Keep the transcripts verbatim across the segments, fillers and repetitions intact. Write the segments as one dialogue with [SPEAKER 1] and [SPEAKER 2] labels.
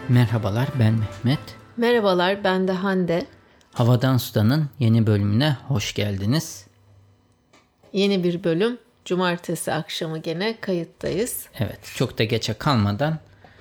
[SPEAKER 1] Merhabalar, ben Mehmet.
[SPEAKER 2] Merhabalar, ben de Hande.
[SPEAKER 1] Havadan Sudan'ın yeni bölümüne hoş geldiniz.
[SPEAKER 2] Yeni bir bölüm. Cumartesi akşamı gene kayıttayız.
[SPEAKER 1] Evet, çok da geçe kalmadan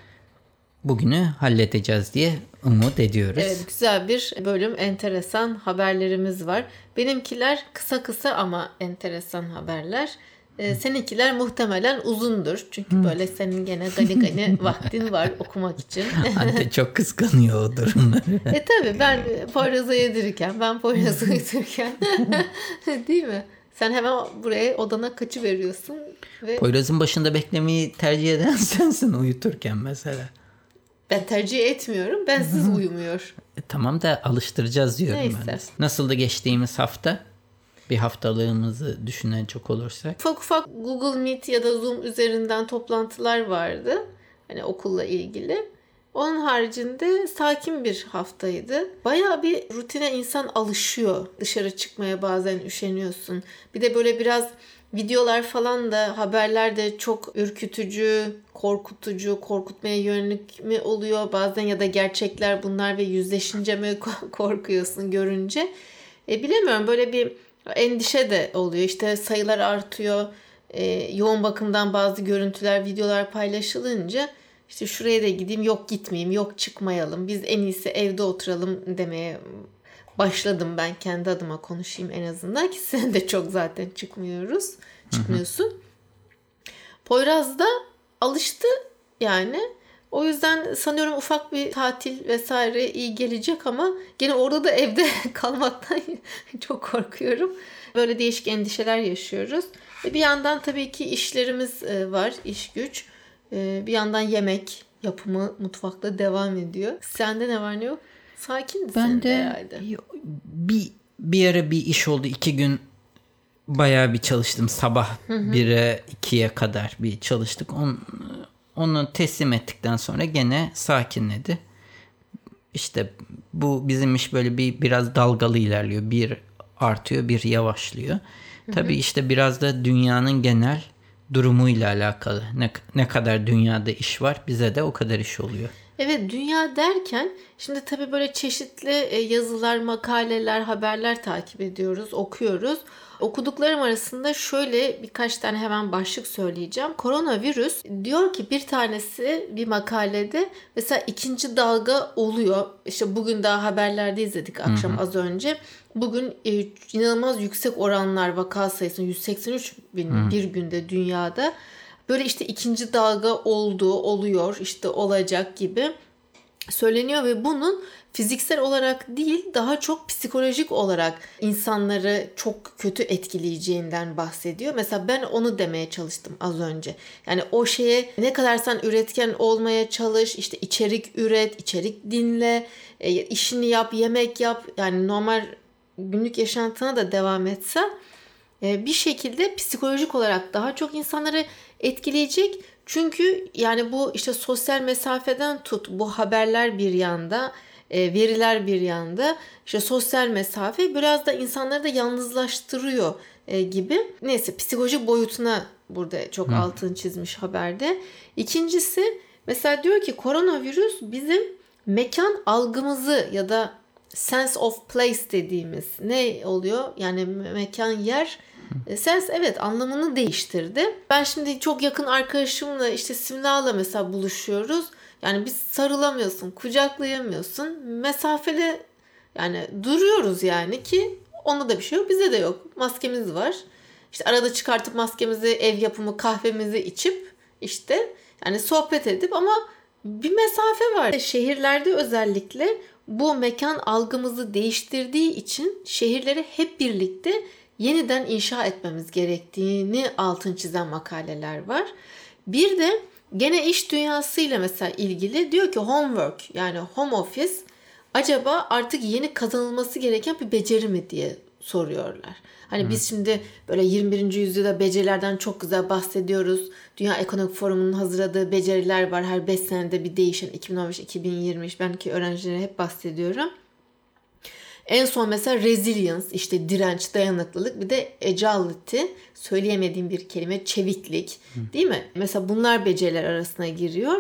[SPEAKER 1] bugünü halledeceğiz diye umut ediyoruz.
[SPEAKER 2] Evet, güzel bir bölüm, enteresan haberlerimiz var. Benimkiler kısa kısa ama enteresan haberler. Ee, seninkiler muhtemelen uzundur. Çünkü hmm. böyle senin gene gani gani vaktin var okumak için.
[SPEAKER 1] Hande çok kıskanıyor o durumları.
[SPEAKER 2] e tabii ben Poyraz'a yedirirken, ben Poyraz'a yedirirken değil mi? Sen hemen buraya odana kaçıveriyorsun. Ve...
[SPEAKER 1] Poyraz'ın başında beklemeyi tercih eden sensin uyuturken mesela.
[SPEAKER 2] Ben tercih etmiyorum. Bensiz uyumuyor.
[SPEAKER 1] E, tamam da alıştıracağız diyorum
[SPEAKER 2] Neyse.
[SPEAKER 1] ben. Nasıldı geçtiğimiz hafta? Bir haftalığımızı düşünecek olursak.
[SPEAKER 2] Ufak ufak Google Meet ya da Zoom üzerinden toplantılar vardı. Hani okulla ilgili. Onun haricinde sakin bir haftaydı. Bayağı bir rutine insan alışıyor. Dışarı çıkmaya bazen üşeniyorsun. Bir de böyle biraz videolar falan da, haberler de çok ürkütücü, korkutucu, korkutmaya yönelik mi oluyor bazen, ya da gerçekler bunlar ve yüzleşince mi korkuyorsun görünce. E, bilemiyorum, böyle bir endişe de oluyor. İşte sayılar artıyor. E, yoğun bakımdan bazı görüntüler, videolar paylaşılınca işte şuraya da gideyim, yok gitmeyeyim, yok çıkmayalım, biz en iyisi evde oturalım demeye başladım. Ben kendi adıma konuşayım en azından, ki sen de çok zaten çıkmıyoruz. Çıkmıyorsun. Hı hı. Poyraz da alıştı yani. O yüzden sanıyorum ufak bir tatil vesaire iyi gelecek ama gene orada da evde kalmaktan çok korkuyorum. Böyle değişik endişeler yaşıyoruz. Ve bir yandan tabii ki işlerimiz var, iş güç. Bir yandan yemek yapımı mutfakta devam ediyor. Sende ne var ne yok? Sakin
[SPEAKER 1] ben de herhalde. Bir, bir ara bir iş oldu. iki gün bayağı bir çalıştım. Sabah bire ikiye kadar bir çalıştık. Onu, onu teslim ettikten sonra gene sakinledi. İşte bu bizim iş böyle bir biraz dalgalı ilerliyor. Bir artıyor, bir yavaşlıyor. Hı hı. Tabii işte biraz da dünyanın genel durumuyla alakalı. Ne, ne kadar dünyada iş var, bize de o kadar iş oluyor.
[SPEAKER 2] Evet, dünya derken şimdi tabii böyle çeşitli yazılar, makaleler, haberler takip ediyoruz, okuyoruz. Okuduklarım arasında şöyle birkaç tane hemen başlık söyleyeceğim. Koronavirüs diyor ki bir tanesi bir makalede mesela ikinci dalga oluyor. İşte bugün daha haberlerde izledik akşam, hı hı. az önce. Bugün e, inanılmaz yüksek oranlar, vaka sayısının yüz seksen üç bin hı. bir günde dünyada. Böyle işte ikinci dalga oldu, oluyor, işte olacak gibi söyleniyor ve bunun fiziksel olarak değil, daha çok psikolojik olarak insanları çok kötü etkileyeceğinden bahsediyor. Mesela ben onu demeye çalıştım az önce. Yani o şeye ne kadar sen üretken olmaya çalış, işte içerik üret, içerik dinle, işini yap, yemek yap. Yani normal günlük yaşantına da devam etsen bir şekilde psikolojik olarak daha çok insanları etkileyecek. Çünkü yani bu işte sosyal mesafeden tut, bu haberler bir yanda, veriler bir yanda, işte sosyal mesafe biraz da insanları da yalnızlaştırıyor gibi. Neyse, psikolojik boyutuna burada çok Hı. altını çizmiş haberde. İkincisi mesela diyor ki koronavirüs bizim mekan algımızı ya da sense of place dediğimiz ne oluyor? Yani mekan, yer. Sense evet anlamını değiştirdi. Ben şimdi çok yakın arkadaşımla işte Simla'la mesela buluşuyoruz. Yani biz sarılamıyorsun, kucaklayamıyorsun. Mesafeli yani duruyoruz yani, ki onda da bir şey yok, bize de yok. Maskemiz var. İşte arada çıkartıp maskemizi, ev yapımı kahvemizi içip işte yani sohbet edip, ama bir mesafe var. Şehirlerde özellikle bu mekan algımızı değiştirdiği için şehirleri hep birlikte yeniden inşa etmemiz gerektiğini altın çizen makaleler var. Bir de gene iş dünyasıyla mesela ilgili diyor ki homework, yani home office acaba artık yeni kazanılması gereken bir beceri mi diye soruyorlar. Hani hmm. biz şimdi böyle yirmi birinci yüzyılda becerilerden çok güzel bahsediyoruz. Dünya Ekonomik Forumu'nun hazırladığı beceriler var. Her beş senede bir değişen, iki bin on beş iki bin yirmi ben ki öğrencilere hep bahsediyorum. En son mesela resilience, işte direnç, dayanıklılık, bir de agility, söyleyemediğim bir kelime, çeviklik, Hı. değil mi? Mesela bunlar beceriler arasına giriyor.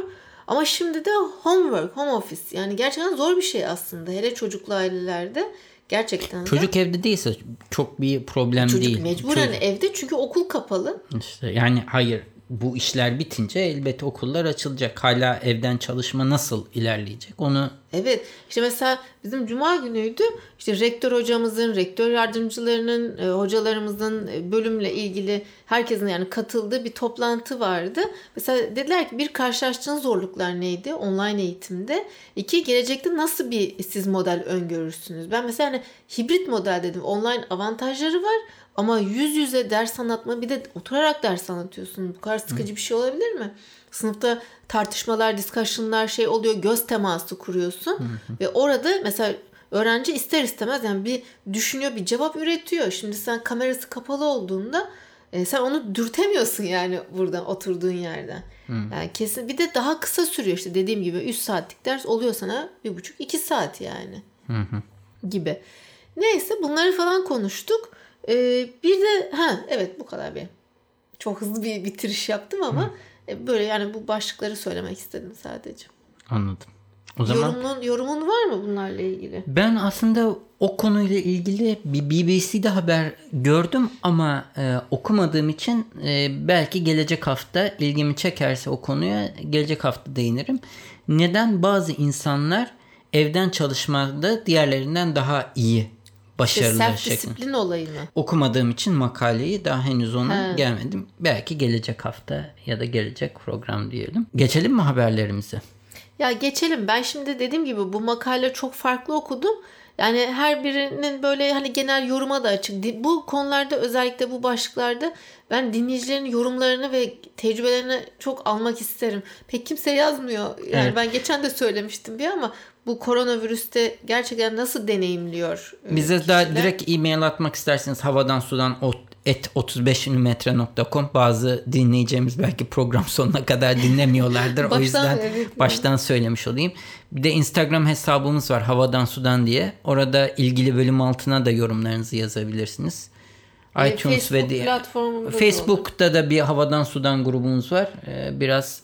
[SPEAKER 2] Ama şimdi de homework, home office. Yani gerçekten zor bir şey aslında. Hele çocuklu ailelerde gerçekten de.
[SPEAKER 1] Çocuk evde değilse çok bir problem
[SPEAKER 2] Çocuk
[SPEAKER 1] değil.
[SPEAKER 2] Çocuk mecburen
[SPEAKER 1] Çocuk...
[SPEAKER 2] evde çünkü okul kapalı.
[SPEAKER 1] İşte yani hayır, bu işler bitince elbette okullar açılacak. Hala evden çalışma nasıl ilerleyecek onu...
[SPEAKER 2] Evet. İşte mesela bizim cuma günüydü. İşte rektör hocamızın, rektör yardımcılarının, e, hocalarımızın e, bölümle ilgili herkesin yani katıldığı bir toplantı vardı. Mesela dediler ki bir, karşılaştığınız zorluklar neydi online eğitimde? İki, gelecekte nasıl bir siz model öngörürsünüz? Ben mesela hani hibrit model dedim. Online avantajları var. Ama yüz yüze ders anlatma, bir de oturarak ders anlatıyorsun. Bu kadar sıkıcı bir şey olabilir mi? Sınıfta tartışmalar, discussion'lar şey oluyor. Göz teması kuruyorsun. Hı hı. Ve orada mesela öğrenci ister istemez yani bir düşünüyor, bir cevap üretiyor. Şimdi sen kamerası kapalı olduğunda e, sen onu dürtemiyorsun yani buradan oturduğun yerden. Hı. Yani kesin bir de daha kısa sürüyor işte dediğim gibi üç saatlik ders oluyor sana bir buçuk iki saat yani. Hı hı. Gibi. Neyse bunları falan konuştuk. Ee, bir de ha evet bu kadar bir çok hızlı bir bitiriş yaptım ama Hı. böyle yani bu başlıkları söylemek istedim sadece.
[SPEAKER 1] Anladım. O zaman
[SPEAKER 2] yorumun yorumun var mı bunlarla ilgili?
[SPEAKER 1] Ben aslında o konuyla ilgili bir B B C'de haber gördüm ama e, okumadığım için e, belki gelecek hafta ilgimi çekerse o konuya gelecek hafta değinirim. Neden bazı insanlar evden çalışmada diğerlerinden daha iyi, başarılı
[SPEAKER 2] self
[SPEAKER 1] şeklinde.
[SPEAKER 2] Disiplin olayı mı?
[SPEAKER 1] Okumadığım için makaleyi daha henüz ona He. gelmedim. Belki gelecek hafta ya da gelecek program diyelim. Geçelim mi haberlerimize?
[SPEAKER 2] Ya geçelim. Ben şimdi dediğim gibi bu makale çok farklı okudum. Yani her birinin böyle hani genel yoruma da açık. Bu konularda özellikle bu başlıklarda ben dinleyicilerin yorumlarını ve tecrübelerini çok almak isterim. Pek kimse yazmıyor. Yani evet. Ben geçen de söylemiştim bir ama bu koronavirüste gerçekten nasıl deneyimliyor
[SPEAKER 1] bize kişiler? Daha direkt e-mail atmak isterseniz havadan sudan et otuz beş milimetre nokta com. Bazı dinleyeceğimiz belki program sonuna kadar dinlemiyorlardır. baştan, o yüzden evet, baştan yani. söylemiş olayım. Bir de Instagram hesabımız var, havadan sudan diye. Orada ilgili bölüm altına da yorumlarınızı yazabilirsiniz.
[SPEAKER 2] E, iTunes Facebook ve diye. Platformunda
[SPEAKER 1] Facebook'ta da, da bir havadan sudan grubumuz var. Ee, biraz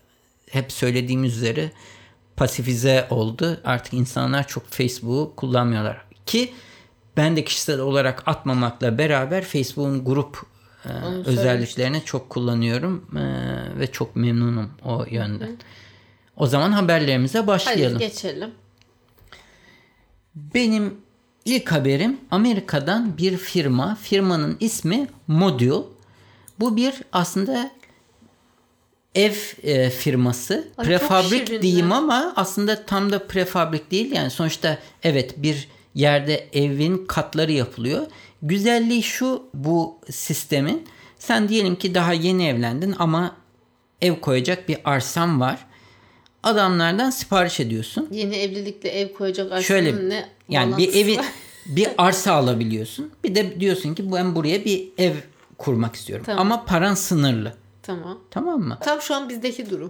[SPEAKER 1] hep söylediğimiz üzere pasifize oldu. Artık insanlar çok Facebook'u kullanmıyorlar. Ki ben de kişisel olarak atmamakla beraber Facebook'un grup e, özelliklerini çok kullanıyorum e, ve çok memnunum o yönden. Hı. O zaman haberlerimize başlayalım.
[SPEAKER 2] Hadi geçelim.
[SPEAKER 1] Benim ilk haberim Amerika'dan bir firma. Firmanın ismi Module. Bu bir aslında ev e, firması. Ay, prefabrik diyeyim ama aslında tam da prefabrik değil. Yani sonuçta evet bir yerde evin katları yapılıyor. Güzelliği şu bu sistemin. Sen diyelim ki daha yeni evlendin ama ev koyacak bir arsan var. Adamlardan sipariş ediyorsun.
[SPEAKER 2] Yeni evlilikle ev koyacak arsanın
[SPEAKER 1] Şöyle,
[SPEAKER 2] ne?
[SPEAKER 1] Yani bir evi bir arsa alabiliyorsun. Bir de diyorsun ki ben buraya bir ev kurmak istiyorum. Tamam. Ama paran sınırlı.
[SPEAKER 2] Tamam.
[SPEAKER 1] Tamam mı?
[SPEAKER 2] Tam şu an bizdeki durum.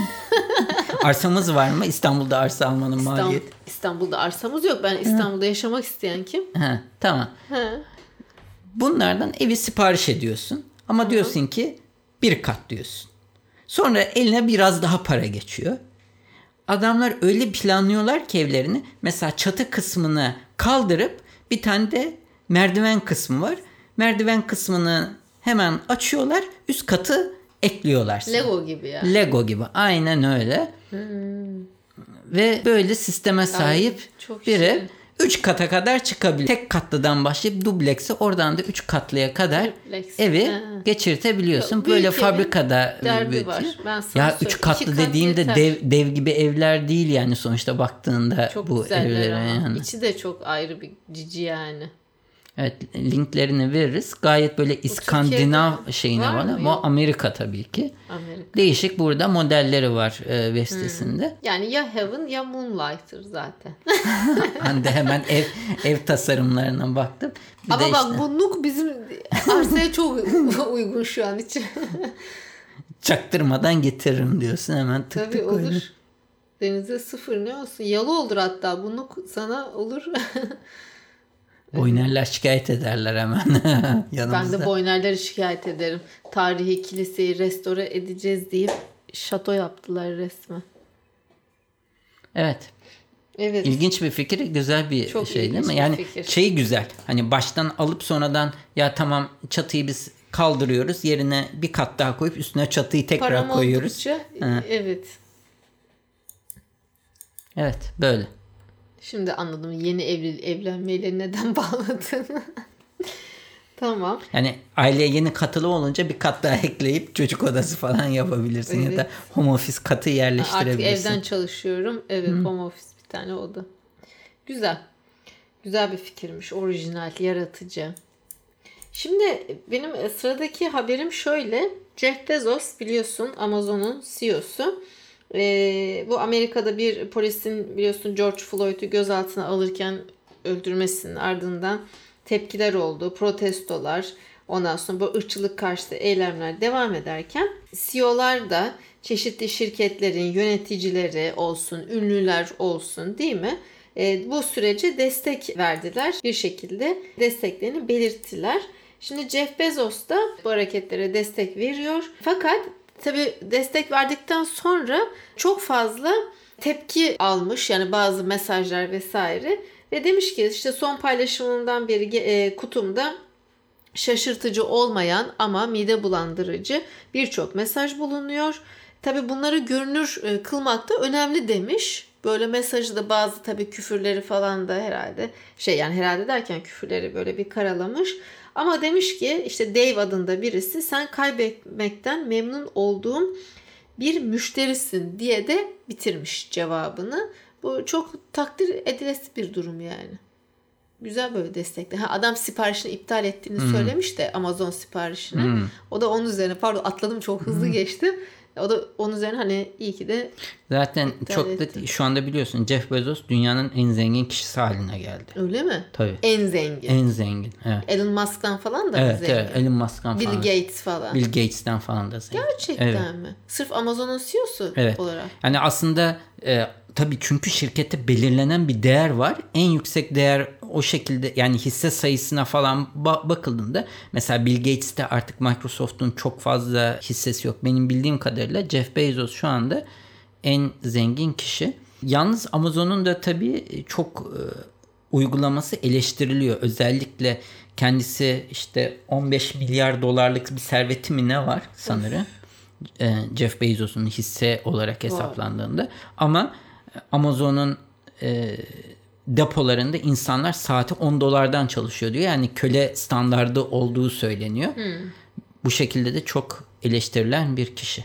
[SPEAKER 1] Arsamız var mı? İstanbul'da arsa almanın
[SPEAKER 2] İstanbul,
[SPEAKER 1] maliyeti.
[SPEAKER 2] İstanbul'da arsamız yok. Ben İstanbul'da Hı. yaşamak isteyen kim?
[SPEAKER 1] Ha, tamam.
[SPEAKER 2] Ha.
[SPEAKER 1] Bunlardan evi sipariş ediyorsun. Ama Hı. diyorsun ki bir kat diyorsun. Sonra eline biraz daha para geçiyor. Adamlar öyle planlıyorlar ki evlerini. Mesela çatı kısmını kaldırıp bir tane de merdiven kısmı var. Merdiven kısmını hemen açıyorlar. Üst katı ekliyorlar sana.
[SPEAKER 2] Lego gibi ya.
[SPEAKER 1] Lego gibi. Aynen öyle. Hmm. Ve böyle sisteme sahip Ay, bir ev üç kata kadar çıkabilir. Tek katlıdan başlayıp dublekse oradan da üç katlıya kadar Duplex. evi ha. geçirtebiliyorsun. Yok, böyle fabrikada
[SPEAKER 2] var. Ben
[SPEAKER 1] ya üç katlı dediğimde kat dev, dev gibi evler değil yani sonuçta baktığında
[SPEAKER 2] çok
[SPEAKER 1] bu evlere. Yani.
[SPEAKER 2] İçi de çok ayrı bir cici yani.
[SPEAKER 1] Evet, linklerini veririz. Gayet böyle İskandinav şeyine var. Bu Amerika tabii ki.
[SPEAKER 2] Amerika.
[SPEAKER 1] Değişik burada modelleri var e, web sitesinde. Hmm.
[SPEAKER 2] Yani ya Heaven ya Moonlight'tır zaten.
[SPEAKER 1] Ben de hemen ev ev tasarımlarına baktım. Bir
[SPEAKER 2] Ama bak
[SPEAKER 1] işte...
[SPEAKER 2] bu Nook bizim arsaya çok uygun şu an için.
[SPEAKER 1] Çaktırmadan getiririm diyorsun hemen tık
[SPEAKER 2] tabii
[SPEAKER 1] tık
[SPEAKER 2] olur.
[SPEAKER 1] Koydur.
[SPEAKER 2] Denize sıfır ne olsun. Yalı olur hatta. Bu Nook sana olur.
[SPEAKER 1] Boynerler şikayet ederler hemen yanımızda.
[SPEAKER 2] Ben de boynerleri şikayet ederim. Tarihi kiliseyi restore edeceğiz deyip şato yaptılar resmen.
[SPEAKER 1] Evet.
[SPEAKER 2] Evet.
[SPEAKER 1] İlginç bir fikir, güzel bir
[SPEAKER 2] Çok
[SPEAKER 1] şey değil mi?
[SPEAKER 2] bir
[SPEAKER 1] Yani
[SPEAKER 2] fikir.
[SPEAKER 1] şey güzel. Hani baştan alıp sonradan ya tamam çatıyı biz kaldırıyoruz. Yerine bir kat daha koyup üstüne çatıyı tekrar
[SPEAKER 2] Param
[SPEAKER 1] koyuyoruz.
[SPEAKER 2] oldukça,
[SPEAKER 1] Ha.
[SPEAKER 2] evet.
[SPEAKER 1] Evet, böyle.
[SPEAKER 2] Şimdi anladım yeni evli evlenmeyle neden bağladığını. Tamam.
[SPEAKER 1] Yani aileye yeni katılı olunca bir kat daha ekleyip çocuk odası falan yapabilirsin.
[SPEAKER 2] Evet.
[SPEAKER 1] Ya da home office katı yerleştirebilirsin.
[SPEAKER 2] Artık evden çalışıyorum. Evet, Hı. home office bir tane oda. Güzel. Güzel bir fikirmiş. Orijinal, yaratıcı. Şimdi benim sıradaki haberim şöyle. Jeff Bezos biliyorsun Amazon'un C E O'su. Ee, bu Amerika'da bir polisin biliyorsun George Floyd'u gözaltına alırken öldürmesinin ardından tepkiler oldu. Protestolar, ondan sonra bu ırkçılık karşıtı eylemler devam ederken C E O'lar da çeşitli şirketlerin yöneticileri olsun, ünlüler olsun değil mi? E, bu sürece destek verdiler. Bir şekilde desteklerini belirttiler. Şimdi Jeff Bezos da bu hareketlere destek veriyor. Fakat tabii destek verdikten sonra çok fazla tepki almış. Yani bazı mesajlar vesaire. Ve demiş ki işte son paylaşımından beri e, kutumda şaşırtıcı olmayan ama mide bulandırıcı birçok mesaj bulunuyor. Tabii bunları görünür e, kılmak da önemli demiş. Böyle mesajı da bazı tabii küfürleri falan da herhalde şey yani herhalde derken küfürleri böyle bir karalamış. Ama demiş ki işte Dave adında birisi sen kaybetmekten memnun olduğum bir müşterisin diye de bitirmiş cevabını. Bu çok takdir edilesi bir durum yani. Güzel böyle destekle. Ha, adam siparişini iptal ettiğini hmm. söylemiş de Amazon siparişini. Hmm. O da onun üzerine pardon atladım çok hızlı hmm. geçtim. O da onun üzerine hani iyi ki de
[SPEAKER 1] zaten çok da şu anda biliyorsun Jeff Bezos dünyanın en zengin kişisi haline geldi.
[SPEAKER 2] Öyle mi?
[SPEAKER 1] Tabii.
[SPEAKER 2] En zengin.
[SPEAKER 1] En zengin. Evet.
[SPEAKER 2] Elon Musk'tan falan da
[SPEAKER 1] evet,
[SPEAKER 2] zengin.
[SPEAKER 1] Evet, Elon Musk'tan
[SPEAKER 2] Bill
[SPEAKER 1] falan.
[SPEAKER 2] Bill Gates falan.
[SPEAKER 1] Bill Gates'ten falan da zengin.
[SPEAKER 2] Gerçekten evet. mi? Sırf Amazon'un C E O'su
[SPEAKER 1] evet.
[SPEAKER 2] olarak.
[SPEAKER 1] Yani aslında e, tabii çünkü şirkette belirlenen bir değer var. En yüksek değer o şekilde yani hisse sayısına falan ba- bakıldığında mesela Bill Gates'te artık Microsoft'un çok fazla hissesi yok. Benim bildiğim kadarıyla Jeff Bezos şu anda en zengin kişi. Yalnız Amazon'un da tabii çok e, uygulaması eleştiriliyor. Özellikle kendisi işte on beş milyar dolarlık bir serveti mi ne var sanırım. e, Jeff Bezos'un hisse olarak hesaplandığında. Wow. Ama Amazon'un e, depolarında insanlar saati on dolardan çalışıyor diyor. Yani köle standardı olduğu söyleniyor. Hmm. Bu şekilde de çok eleştirilen bir kişi.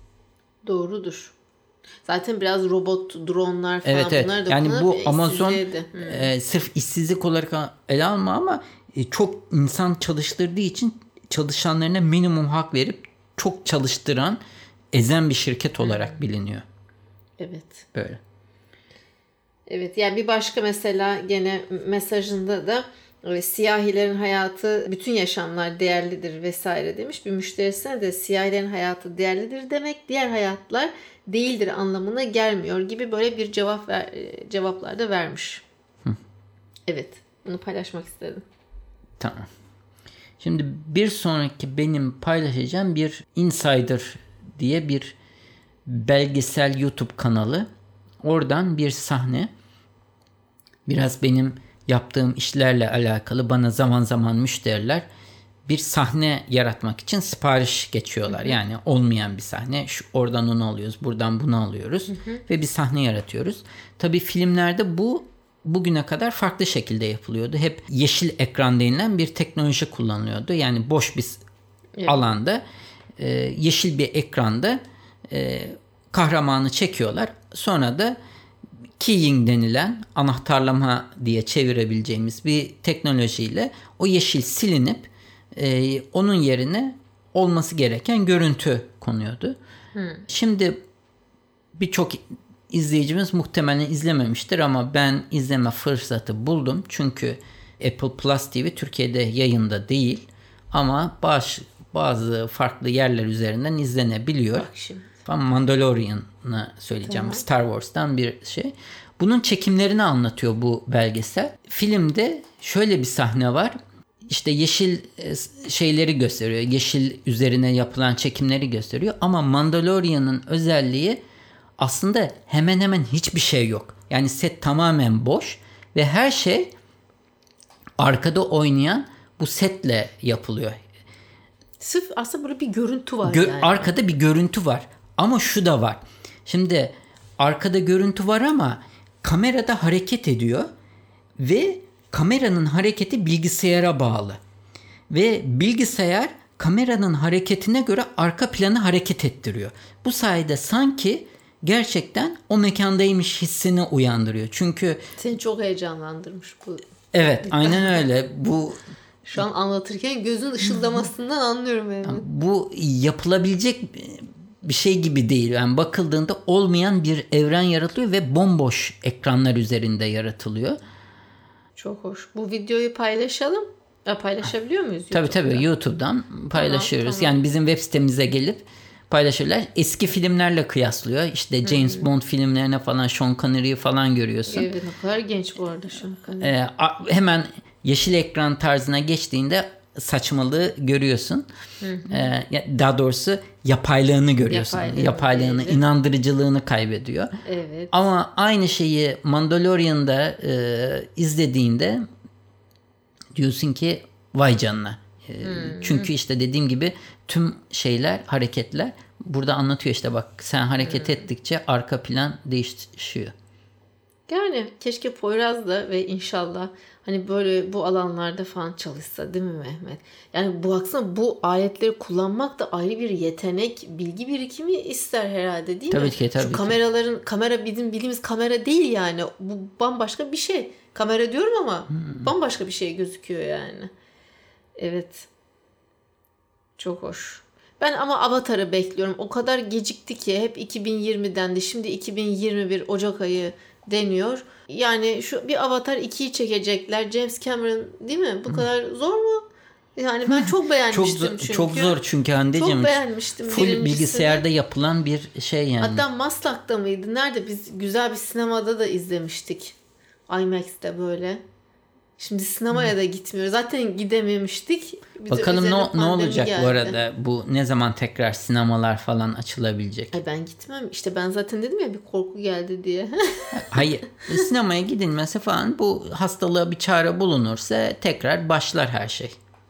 [SPEAKER 2] Doğrudur. Zaten biraz robot, dronlar falan
[SPEAKER 1] evet, evet.
[SPEAKER 2] bunlar da
[SPEAKER 1] yani bu Amazon
[SPEAKER 2] hmm.
[SPEAKER 1] e, sırf işsizlik olarak ele alma ama e, çok insan çalıştırdığı için çalışanlarına minimum hak verip çok çalıştıran, ezen bir şirket olarak hmm. biliniyor.
[SPEAKER 2] Evet.
[SPEAKER 1] Böyle.
[SPEAKER 2] Evet yani bir başka mesela gene mesajında da siyahilerin hayatı bütün yaşamlar değerlidir vesaire demiş. Bir müşterisine de siyahilerin hayatı değerlidir demek diğer hayatlar değildir anlamına gelmiyor gibi böyle bir cevap ver, cevaplar da vermiş. Hı. Evet bunu paylaşmak istedim.
[SPEAKER 1] Tamam. Şimdi bir sonraki benim paylaşacağım bir Insider diye bir belgesel YouTube kanalı. Oradan bir sahne. Biraz benim yaptığım işlerle alakalı bana zaman zaman müşteriler bir sahne yaratmak için sipariş geçiyorlar. Hı hı. Yani olmayan bir sahne. Şu, oradan onu alıyoruz, buradan bunu alıyoruz. Hı hı. Ve bir sahne yaratıyoruz. Tabii filmlerde bu bugüne kadar farklı şekilde yapılıyordu. Hep yeşil ekran denilen bir teknoloji kullanılıyordu. Yani boş bir evet. alanda e, yeşil bir ekranda e, kahramanı çekiyorlar. Sonra da keying denilen anahtarlama diye çevirebileceğimiz bir teknolojiyle o yeşil silinip e, onun yerine olması gereken görüntü konuyordu. Hmm. Şimdi birçok izleyicimiz muhtemelen izlememiştir ama ben izleme fırsatı buldum. Çünkü Apple Plus T V Türkiye'de yayında değil ama baş, bazı farklı yerler üzerinden izlenebiliyor.
[SPEAKER 2] Bak şimdi.
[SPEAKER 1] Ben Mandalorian'ı söyleyeceğim. Tamam. Star Wars'tan bir şey. Bunun çekimlerini anlatıyor bu belgesel. Filmde şöyle bir sahne var. işte yeşil şeyleri gösteriyor. Yeşil üzerine yapılan çekimleri gösteriyor. Ama Mandalorian'ın özelliği aslında hemen hemen hiçbir şey yok. Yani set tamamen boş ve her şey arkada oynayan bu setle yapılıyor.
[SPEAKER 2] Sırf aslında burada bir görüntü var
[SPEAKER 1] Gö-
[SPEAKER 2] yani.
[SPEAKER 1] Arkada bir görüntü var. Ama şu da var. Şimdi arkada görüntü var ama kamerada hareket ediyor ve kameranın hareketi bilgisayara bağlı. Ve bilgisayar kameranın hareketine göre arka planı hareket ettiriyor. Bu sayede sanki gerçekten o mekandaymış hissini uyandırıyor. Çünkü
[SPEAKER 2] seni çok heyecanlandırmış bu.
[SPEAKER 1] Evet, aynen öyle. Bu
[SPEAKER 2] şu an anlatırken gözün ışıldamasından anlıyorum yani.
[SPEAKER 1] Bu yapılabilecek bir şey gibi değil. Yani bakıldığında olmayan bir evren yaratılıyor ve bomboş ekranlar üzerinde yaratılıyor.
[SPEAKER 2] Çok hoş. Bu videoyu paylaşalım. Ya paylaşabiliyor muyuz?
[SPEAKER 1] Tabii tabii YouTube'dan paylaşıyoruz. Tamam, tamam. Yani bizim web sitemize gelip paylaşırlar. Eski filmlerle kıyaslıyor. İşte James hmm. Bond filmlerine falan Sean Connery'i falan görüyorsun.
[SPEAKER 2] Evet, ne kadar genç bu arada Sean Connery.
[SPEAKER 1] Ee, hemen yeşil ekran tarzına geçtiğinde saçmalığı görüyorsun. Hı hı. Ee, daha doğrusu yapaylığını görüyorsun. Yapaylığını, yapaylığını evet. inandırıcılığını kaybediyor.
[SPEAKER 2] Evet.
[SPEAKER 1] Ama aynı şeyi Mandalorian'da e, izlediğinde diyorsun ki vay canına. E, hmm. Çünkü işte dediğim gibi tüm şeyler, hareketler burada anlatıyor işte bak sen hareket hmm. ettikçe arka plan değişiyor.
[SPEAKER 2] Yani keşke Poyraz da ve inşallah hani böyle bu alanlarda falan çalışsa değil mi Mehmet? Yani bu baksana bu aletleri kullanmak da ayrı bir yetenek, bilgi birikimi ister herhalde değil
[SPEAKER 1] tabii
[SPEAKER 2] mi?
[SPEAKER 1] Ki, tabii
[SPEAKER 2] Şu
[SPEAKER 1] ki.
[SPEAKER 2] kameraların, kamera bizim bildiğimiz kamera değil yani. Bu bambaşka bir şey. Kamera diyorum ama hmm. bambaşka bir şey gözüküyor yani. Evet. Çok hoş. Ben ama Avatar'ı bekliyorum. O kadar gecikti ki hep iki bin yirmiden de şimdi iki bin yirmi bir Ocak ayı deniyor. Yani şu bir Avatar ikiyi çekecekler. James Cameron değil mi? Bu kadar zor mu? Yani ben çok beğenmiştim
[SPEAKER 1] çok zor,
[SPEAKER 2] çünkü.
[SPEAKER 1] Çok zor çünkü Hande'cim.
[SPEAKER 2] Çok beğenmiştim.
[SPEAKER 1] Full bilgisayarda yapılan bir şey yani.
[SPEAKER 2] Hatta Maslak'ta mıydı? Nerede? Biz güzel bir sinemada da izlemiştik. IMAX'te böyle. Şimdi sinemaya da gitmiyoruz. Zaten gidememiştik. Bir
[SPEAKER 1] bakalım ne, ne olacak geldi. Bu arada. Bu ne zaman tekrar sinemalar falan açılabilecek?
[SPEAKER 2] Ay ben gitmem. İşte ben zaten dedim ya bir korku geldi diye.
[SPEAKER 1] Hayır. Sinemaya gidilmese falan bu hastalığa bir çare bulunursa tekrar başlar her şey.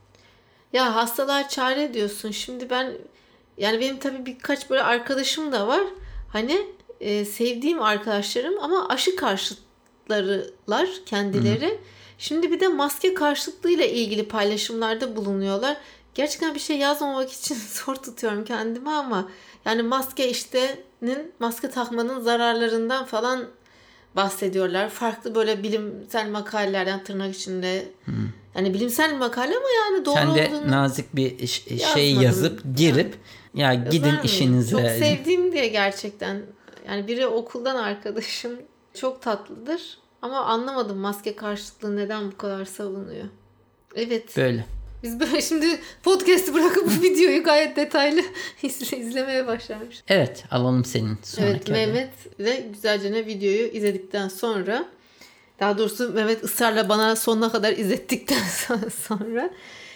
[SPEAKER 2] Ya hastalığa çare diyorsun. Şimdi ben yani benim tabii birkaç böyle arkadaşım da var. Hani e, sevdiğim arkadaşlarım ama aşı karşıtlarılar kendileri. Hı. Şimdi bir de maske karşıtlığıyla ilgili paylaşımlarda bulunuyorlar. Gerçekten bir şey yazmamak için zor tutuyorum kendimi ama yani maske işte'nin maske takmanın zararlarından falan bahsediyorlar. Farklı böyle bilimsel makalelerden tırnak içinde. Hmm. Yani bilimsel makale ama yani doğru
[SPEAKER 1] sen de
[SPEAKER 2] olduğunu
[SPEAKER 1] nazik bir şey yazıp girip yani. ya gidin Yazar işinize.
[SPEAKER 2] Çok sevdiğim diye gerçekten. Yani biri okuldan arkadaşım çok tatlıdır. Ama anlamadım maske karşıtlığı neden bu kadar savunuyor. Evet.
[SPEAKER 1] Böyle.
[SPEAKER 2] Biz böyle şimdi podcast'ı bırakıp bu videoyu gayet detaylı izlemeye başlamış.
[SPEAKER 1] Evet, alalım senin sonraki.
[SPEAKER 2] Evet, Mehmet ve güzelce videoyu izledikten sonra, daha doğrusu Mehmet ısrarla bana sonuna kadar izlettikten sonra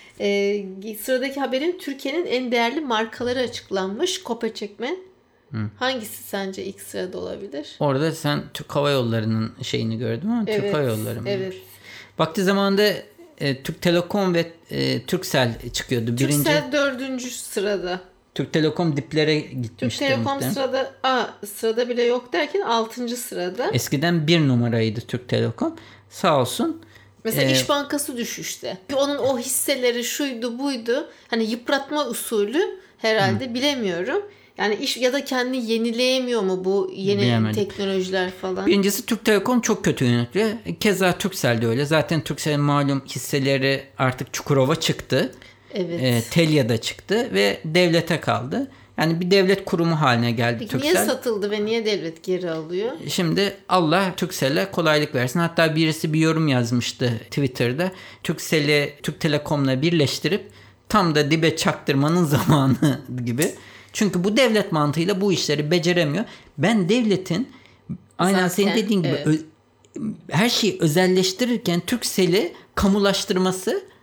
[SPEAKER 2] e, sıradaki haberin Türkiye'nin en değerli markaları açıklanmış. Kopya çekme. Hı. Hangisi sence ilk sırada olabilir?
[SPEAKER 1] Orada sen Türk Hava Yolları'nın şeyini gördün mü?
[SPEAKER 2] Evet,
[SPEAKER 1] Türk Hava Yolları mı?
[SPEAKER 2] Evet.
[SPEAKER 1] Vakti zamanında e, Türk Telekom ve e, Turkcell çıkıyordu.
[SPEAKER 2] Turkcell
[SPEAKER 1] Birinci,
[SPEAKER 2] dördüncü sırada.
[SPEAKER 1] Türk Telekom diplere gitmişti.
[SPEAKER 2] Türk Telekom
[SPEAKER 1] muhtemelen.
[SPEAKER 2] sırada, aa, sırada bile yok derken altıncı sırada.
[SPEAKER 1] Eskiden bir numaraydı Türk Telekom. Sağ olsun.
[SPEAKER 2] Mesela
[SPEAKER 1] ee,
[SPEAKER 2] İş Bankası düşüşte. Onun o hisseleri şuydu buydu. Hani yıpratma usulü herhalde hı. bilemiyorum. Yani iş ya da kendini yenileyemiyor mu bu yeni Bilemedim. teknolojiler falan? Birincisi
[SPEAKER 1] Türk Telekom çok kötü yönetiyor. Keza Turkcell de öyle. Zaten Turkcell'in malum hisseleri artık Çukurova çıktı.
[SPEAKER 2] Evet.
[SPEAKER 1] E, Telya'da çıktı ve devlete kaldı. Yani bir devlet kurumu haline geldi
[SPEAKER 2] Peki
[SPEAKER 1] Turkcell.
[SPEAKER 2] Niye satıldı ve niye devlet geri alıyor?
[SPEAKER 1] Şimdi Allah Turkcell'e kolaylık versin. Hatta birisi bir yorum yazmıştı Twitter'da. Turkcell'i Türk Telekom'la birleştirip tam da dibe çaktırmanın zamanı gibi. Çünkü bu devlet mantığıyla bu işleri beceremiyor. Ben devletin aynen senin dediğin gibi evet. ö- her şeyi özelleştirirken Turkcell'i kamulaştırması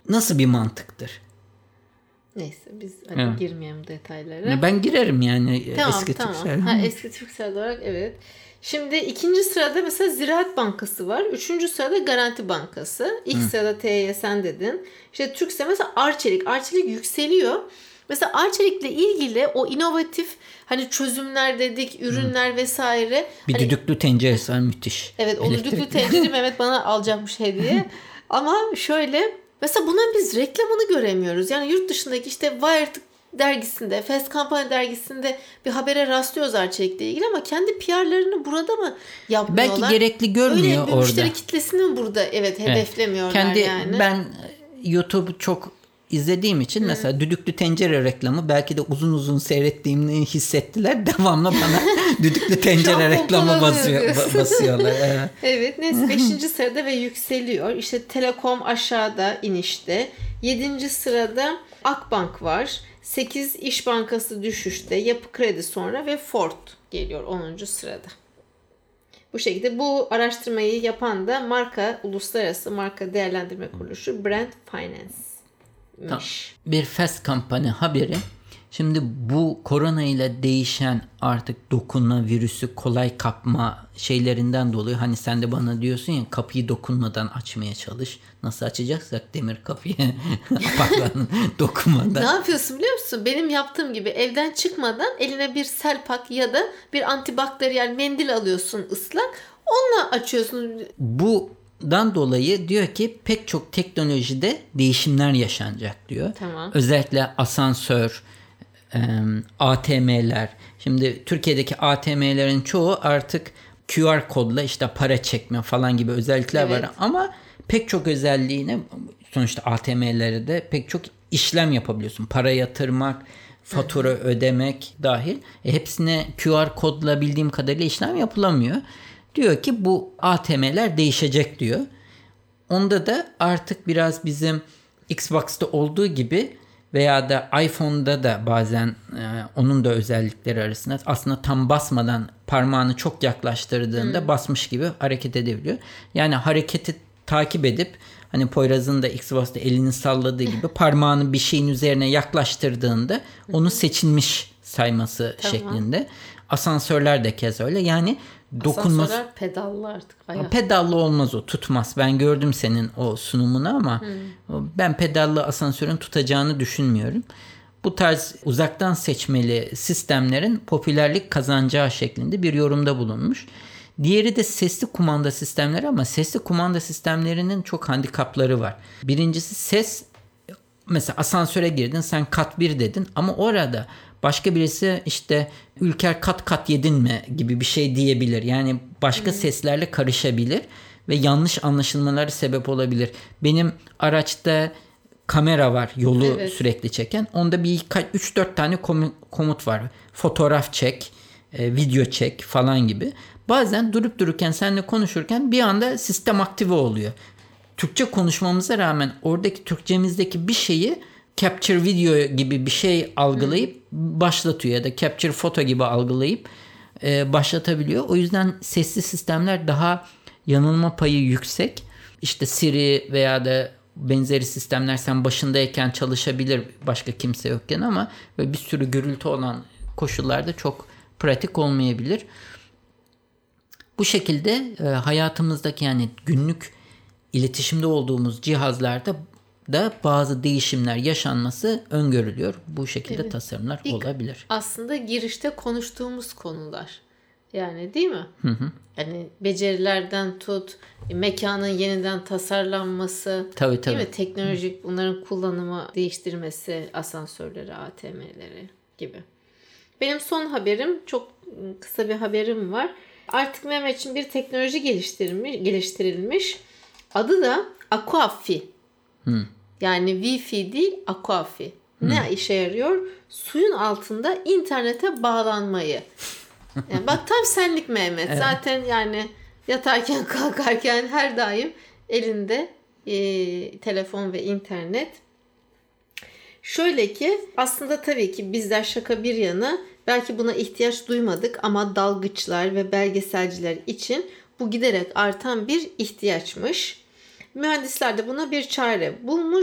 [SPEAKER 1] nasıl bir mantıktır?
[SPEAKER 2] Neyse biz hadi evet. girmeyelim detaylara.
[SPEAKER 1] Ben girerim yani
[SPEAKER 2] tamam,
[SPEAKER 1] eski
[SPEAKER 2] tamam.
[SPEAKER 1] Türksel.
[SPEAKER 2] Ha, eski Türksel olarak evet. Şimdi ikinci sırada mesela Ziraat Bankası var. Üçüncü sırada Garanti Bankası. İlk Hı. sırada T Y sen dedin. İşte Türksel mesela Arçelik. Arçelik yükseliyor. Mesela Arçelik'le ilgili o inovatif hani çözümler dedik, ürünler Hı. vesaire.
[SPEAKER 1] Bir
[SPEAKER 2] hani,
[SPEAKER 1] düdüklü tenceresi var müthiş.
[SPEAKER 2] Evet o düdüklü tencereyi Mehmet bana alacakmış hediye. Ama şöyle mesela buna biz reklamını göremiyoruz. Yani yurt dışındaki işte Wired dergisinde, Fast Company dergisinde bir habere rastlıyoruz Arçelik'le ilgili ama kendi P R'larını burada mı yapmıyorlar?
[SPEAKER 1] Belki gerekli görmüyor
[SPEAKER 2] Öyle
[SPEAKER 1] orada.
[SPEAKER 2] Müşteri kitlesini mi burada evet hedeflemiyorlar
[SPEAKER 1] evet. Kendi,
[SPEAKER 2] yani.
[SPEAKER 1] Ben YouTube çok izlediğim için Hı. mesela düdüklü tencere reklamı belki de uzun uzun seyrettiğimini hissettiler. Devamlı bana düdüklü tencere reklamı basıyor, basıyorlar. Evet,
[SPEAKER 2] evet neyse beşinci sırada ve yükseliyor. İşte Telekom aşağıda inişte. Yedinci sırada Akbank var. sekiz İş Bankası düşüşte. Yapı Kredi sonra ve Ford geliyor onuncu sırada. Bu şekilde bu araştırmayı yapan da marka Uluslararası Marka Değerlendirme Kuruluşu Brand Finance.
[SPEAKER 1] Tamam. Bir Fast Company haberi. Şimdi bu korona ile değişen artık dokunma virüsü kolay kapma şeylerinden dolayı hani sen de bana diyorsun ya kapıyı dokunmadan açmaya çalış. Nasıl açacaksak demir kapıyı pardon dokunmadan.
[SPEAKER 2] Ne yapıyorsun biliyor musun? Benim yaptığım gibi evden çıkmadan eline bir selpak ya da bir antibakteriyel mendil alıyorsun ıslak. Onunla açıyorsun.
[SPEAKER 1] Bu Dan dolayı diyor ki pek çok teknolojide değişimler yaşanacak diyor.
[SPEAKER 2] Tamam.
[SPEAKER 1] Özellikle asansör, A T M'ler. Şimdi Türkiye'deki A T M'lerin çoğu artık Q R kodla işte para çekme falan gibi özellikler evet. var. Ama pek çok özelliğine sonuçta A T M'lerde de pek çok işlem yapabiliyorsun. Para yatırmak, fatura Hı-hı. ödemek dahil. E, hepsine Q R kodla bildiğim kadarıyla işlem yapılamıyor. Diyor ki bu A T M'ler değişecek diyor. Onda da artık biraz bizim Xbox'ta olduğu gibi veya da iPhone'da da bazen e, onun da özellikleri arasında aslında tam basmadan parmağını çok yaklaştırdığında hmm. basmış gibi hareket edebiliyor. Yani hareketi takip edip hani Poyraz'ın da Xbox'ta elini salladığı gibi parmağını bir şeyin üzerine yaklaştırdığında onu seçilmiş sayması tamam. şeklinde. Asansörler de kez öyle. Yani dokunması...
[SPEAKER 2] Asansörler pedallı artık. Ayağı.
[SPEAKER 1] Pedallı olmaz o. Tutmaz. Ben gördüm senin o sunumunu ama hmm. ben pedallı asansörün tutacağını düşünmüyorum. Bu tarz uzaktan seçmeli sistemlerin popülerlik kazanacağı şeklinde bir yorumda bulunmuş. Diğeri de sesli kumanda sistemleri ama sesli kumanda sistemlerinin çok handikapları var. Birincisi ses. Mesela asansöre girdin sen kat bir dedin ama orada başka birisi işte Ülker kat kat yedin mi gibi bir şey diyebilir. Yani başka hmm. seslerle karışabilir ve yanlış anlaşılmalara sebep olabilir. Benim araçta kamera var yolu evet. sürekli çeken. Onda bir üç dört tane komut var. Fotoğraf çek, e, video çek falan gibi. Bazen durup dururken seninle konuşurken bir anda sistem aktive oluyor. Türkçe konuşmamıza rağmen oradaki Türkçemizdeki bir şeyi capture video gibi bir şey algılayıp hmm. başlatıyor ya da capture foto gibi algılayıp e, başlatabiliyor. O yüzden sesli sistemler daha yanılma payı yüksek. İşte Siri veya da benzeri sistemler sen başındayken çalışabilir başka kimse yokken ama böyle bir sürü gürültü olan koşullarda çok pratik olmayabilir. Bu şekilde e, hayatımızdaki yani günlük iletişimde olduğumuz cihazlarda da bazı değişimler yaşanması öngörülüyor. Bu şekilde evet. tasarımlar İlk olabilir.
[SPEAKER 2] Aslında girişte konuştuğumuz konular. Yani değil mi?
[SPEAKER 1] Hı hı.
[SPEAKER 2] Yani becerilerden tut, mekanın yeniden tasarlanması,
[SPEAKER 1] tabii, tabii.
[SPEAKER 2] değil mi? Teknolojik bunların kullanımı değiştirmesi, asansörleri, A T M'leri gibi. Benim son haberim, çok kısa bir haberim var. Artık Mehmet için bir teknoloji geliştirilmiş, geliştirilmiş. Adı da Aquafi.
[SPEAKER 1] Hmm.
[SPEAKER 2] Yani Wi-Fi değil Aquafi. Hmm. Ne işe yarıyor? Suyun altında internete bağlanmayı. Yani bak tam senlik Mehmet. Evet. Zaten yani yatarken kalkarken her daim elinde e, telefon ve internet. Şöyle ki aslında tabii ki bizler şaka bir yana belki buna ihtiyaç duymadık ama dalgıçlar ve belgeselciler için bu giderek artan bir ihtiyaçmış. Mühendisler de buna bir çare bulmuş.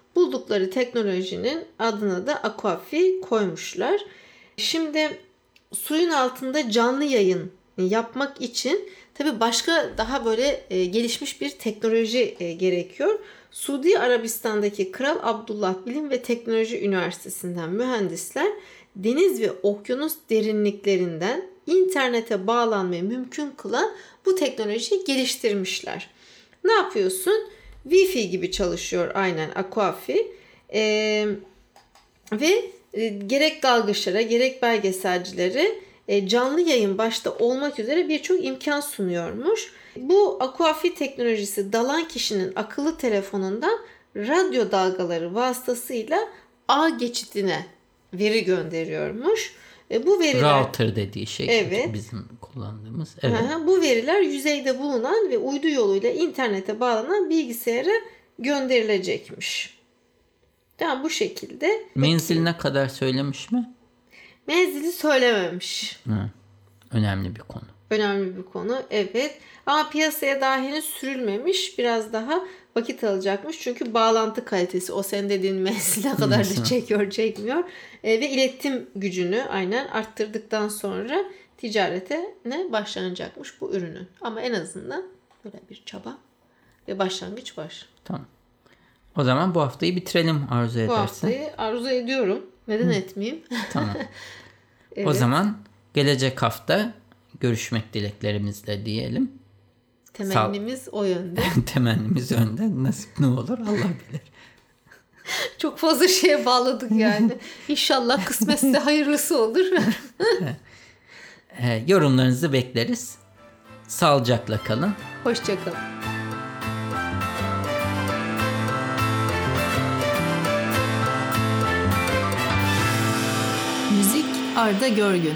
[SPEAKER 2] buldukları teknolojinin adına da Aquafi koymuşlar. Şimdi suyun altında canlı yayın yapmak için tabii başka daha böyle e, gelişmiş bir teknoloji e, gerekiyor. Suudi Arabistan'daki Kral Abdullah Bilim ve Teknoloji Üniversitesi'nden mühendisler deniz ve okyanus derinliklerinden internete bağlanmayı mümkün kılan bu teknolojiyi geliştirmişler. Ne yapıyorsun? Wi-Fi gibi çalışıyor aynen Aquafi ee, ve e, gerek dalgıçlara gerek belgeselcilere e, canlı yayın başta olmak üzere birçok imkan sunuyormuş. Bu Aquafi teknolojisi dalan kişinin akıllı telefonundan radyo dalgaları vasıtasıyla ağ geçidine veri gönderiyormuş. E, bu veriler
[SPEAKER 1] router dediği şey
[SPEAKER 2] evet.
[SPEAKER 1] bizim kullandığımız. Evet.
[SPEAKER 2] Aha, bu veriler yüzeyde bulunan ve uydu yoluyla internete bağlanan bilgisayara gönderilecekmiş. Tamam, bu şekilde.
[SPEAKER 1] Menzil ne kadar söylemiş mi?
[SPEAKER 2] Menzili söylememiş.
[SPEAKER 1] Hı. Önemli bir konu.
[SPEAKER 2] Önemli bir konu. Evet. Ama piyasaya daha henüz sürülmemiş. Biraz daha vakit alacakmış. Çünkü bağlantı kalitesi o senin dediğin menziline kadar da çekiyor çekmiyor. E, ve iletim gücünü aynen arttırdıktan sonra ticarete ne başlanacakmış bu ürünün. Ama en azından böyle bir çaba ve başlangıç var.
[SPEAKER 1] Tamam. O zaman bu haftayı bitirelim arzu edersen.
[SPEAKER 2] Bu haftayı arzu ediyorum. Neden Hı. etmeyeyim?
[SPEAKER 1] Tamam.
[SPEAKER 2] Evet.
[SPEAKER 1] O zaman gelecek hafta görüşmek dileklerimizle diyelim.
[SPEAKER 2] Temennimiz Sağ... o yönde.
[SPEAKER 1] Temennimiz önde. Nasip ne olur Allah bilir.
[SPEAKER 2] Çok fazla şeye bağladık yani. İnşallah kısmetse hayırlısı olur.
[SPEAKER 1] e, yorumlarınızı bekleriz. Sağlıcakla kalın.
[SPEAKER 2] Hoşça kalın. Müzik Arda Görgün.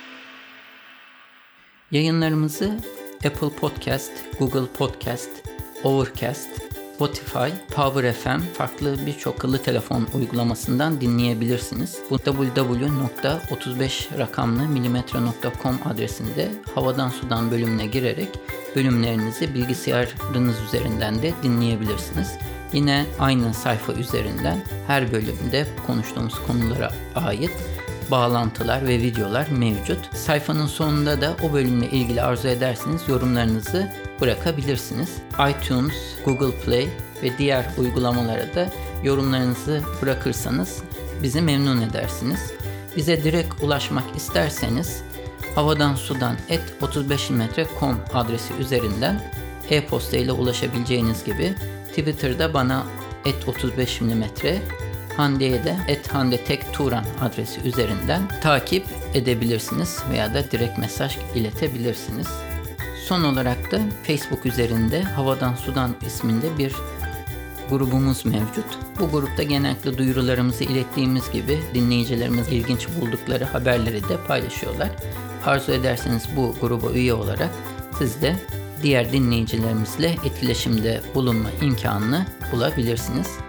[SPEAKER 1] Yayınlarımızı Apple Podcast, Google Podcast, Overcast, Spotify, Power F M farklı birçok akıllı telefon uygulamasından dinleyebilirsiniz. Bu double-u double-u double-u nokta otuz beş rakamlı milimetre nokta com adresinde havadan sudan bölümüne girerek bölümlerinizi bilgisayarınız üzerinden de dinleyebilirsiniz. Yine aynı sayfa üzerinden her bölümde konuştuğumuz konulara ait bağlantılar ve videolar mevcut. Sayfanın sonunda da o bölümle ilgili arzu ederseniz yorumlarınızı bırakabilirsiniz. iTunes, Google Play ve diğer uygulamalara da yorumlarınızı bırakırsanız bizi memnun edersiniz. Bize direkt ulaşmak isterseniz havadan sudan et otuz beş milimetre nokta com adresi üzerinden e-posta ile ulaşabileceğiniz gibi Twitter'da bana et otuz beş milimetre Hande'ye de et Hande Tek Turan adresi üzerinden takip edebilirsiniz veya da direkt mesaj iletebilirsiniz. Son olarak da Facebook üzerinde Havadan Sudan isminde bir grubumuz mevcut. Bu grupta genellikle duyurularımızı ilettiğimiz gibi dinleyicilerimiz ilginç buldukları haberleri de paylaşıyorlar. Arzu ederseniz bu gruba üye olarak siz de diğer dinleyicilerimizle etkileşimde bulunma imkanını bulabilirsiniz.